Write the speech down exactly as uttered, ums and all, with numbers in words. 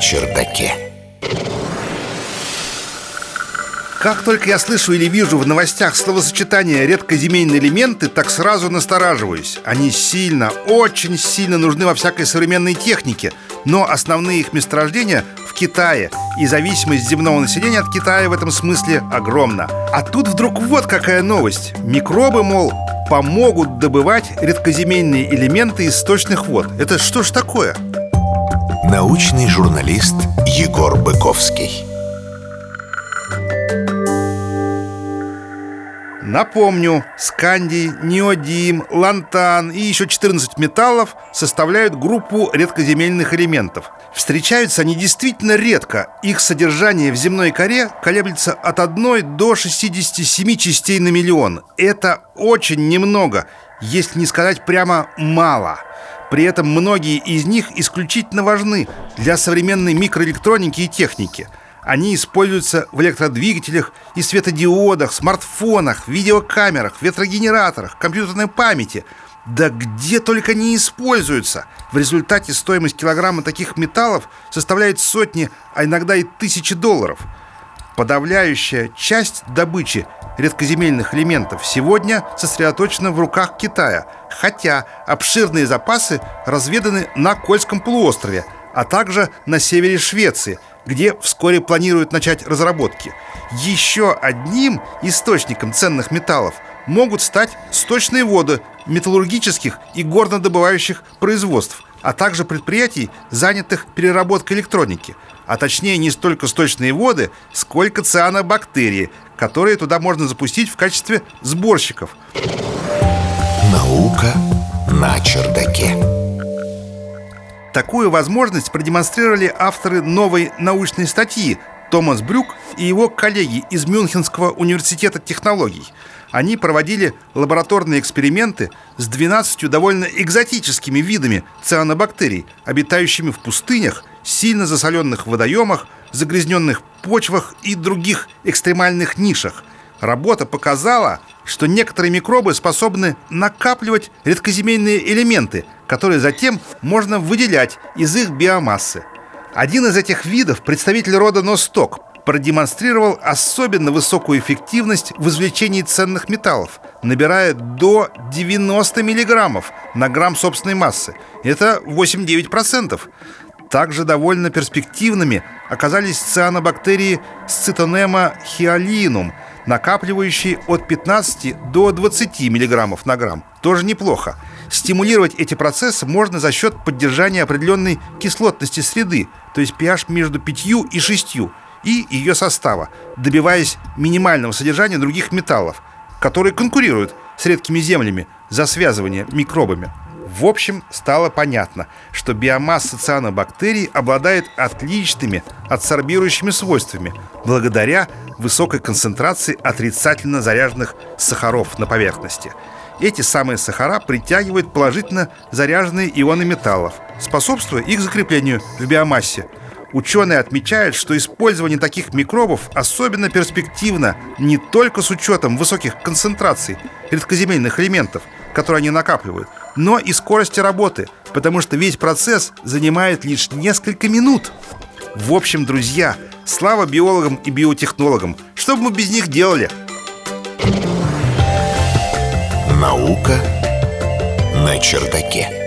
чердаке. Как только я слышу или вижу в новостях словосочетание «редкоземельные элементы», так сразу настораживаюсь. Они сильно, очень сильно нужны во всякой современной технике, но основные их месторождения в Китае, и зависимость земного населения от Китая в этом смысле огромна. А тут вдруг вот какая новость. Микробы, мол, помогут добывать редкоземельные элементы из сточных вод. Это что ж такое? Научный журналист Егор Быковский. Напомню, скандий, неодим, лантан и еще четырнадцать металлов составляют группу редкоземельных элементов. Встречаются они действительно редко. Их содержание в земной коре колеблется от одной до шестидесяти семи частей на миллион. Это очень немного, если не сказать прямо мало. При этом многие из них исключительно важны для современной микроэлектроники и техники. Они используются в электродвигателях и светодиодах, смартфонах, видеокамерах, ветрогенераторах, компьютерной памяти. Да где только не используются. В результате стоимость килограмма таких металлов составляет сотни, а иногда и тысячи долларов. Подавляющая часть добычи редкоземельных элементов сегодня сосредоточена в руках Китая, хотя обширные запасы разведаны на Кольском полуострове, а также на севере Швеции, где вскоре планируют начать разработки. Еще одним источником ценных металлов могут стать сточные воды металлургических и горнодобывающих производств, а также предприятий, занятых переработкой электроники. А точнее не столько сточные воды, сколько цианобактерии, которые туда можно запустить в качестве сборщиков. Наука на чердаке. Такую возможность продемонстрировали авторы новой научной статьи Томас Брюк и его коллеги из Мюнхенского университета технологий. Они проводили лабораторные эксперименты с двенадцатью довольно экзотическими видами цианобактерий, обитающими в пустынях, сильно засоленных водоемах, загрязненных почвах и других экстремальных нишах. Работа показала, что некоторые микробы способны накапливать редкоземельные элементы, которые затем можно выделять из их биомассы. Один из этих видов, представитель рода носток, продемонстрировал особенно высокую эффективность в извлечении ценных металлов, набирая до девяноста миллиграммов на грамм собственной массы. Это восемь-девять процентов. Также довольно перспективными оказались цианобактерии Scytonemma hyalинum, накапливающие от пятнадцати до двадцати миллиграммов на грамм. Тоже неплохо. Стимулировать эти процессы можно за счет поддержания определенной кислотности среды, то есть pH между пятью и шестью, и ее состава, добиваясь минимального содержания других металлов, которые конкурируют с редкими землями за связывание микробами. В общем, стало понятно, что биомасса цианобактерий обладает отличными адсорбирующими свойствами благодаря высокой концентрации отрицательно заряженных сахаров на поверхности. Эти самые сахара притягивают положительно заряженные ионы металлов, способствуя их закреплению в биомассе. Ученые отмечают, что использование таких микробов особенно перспективно не только с учетом высоких концентраций редкоземельных элементов, которые они накапливают, но и скорости работы, потому что весь процесс занимает лишь несколько минут. В общем, друзья, слава биологам и биотехнологам. Что бы мы без них делали? Наука на чердаке.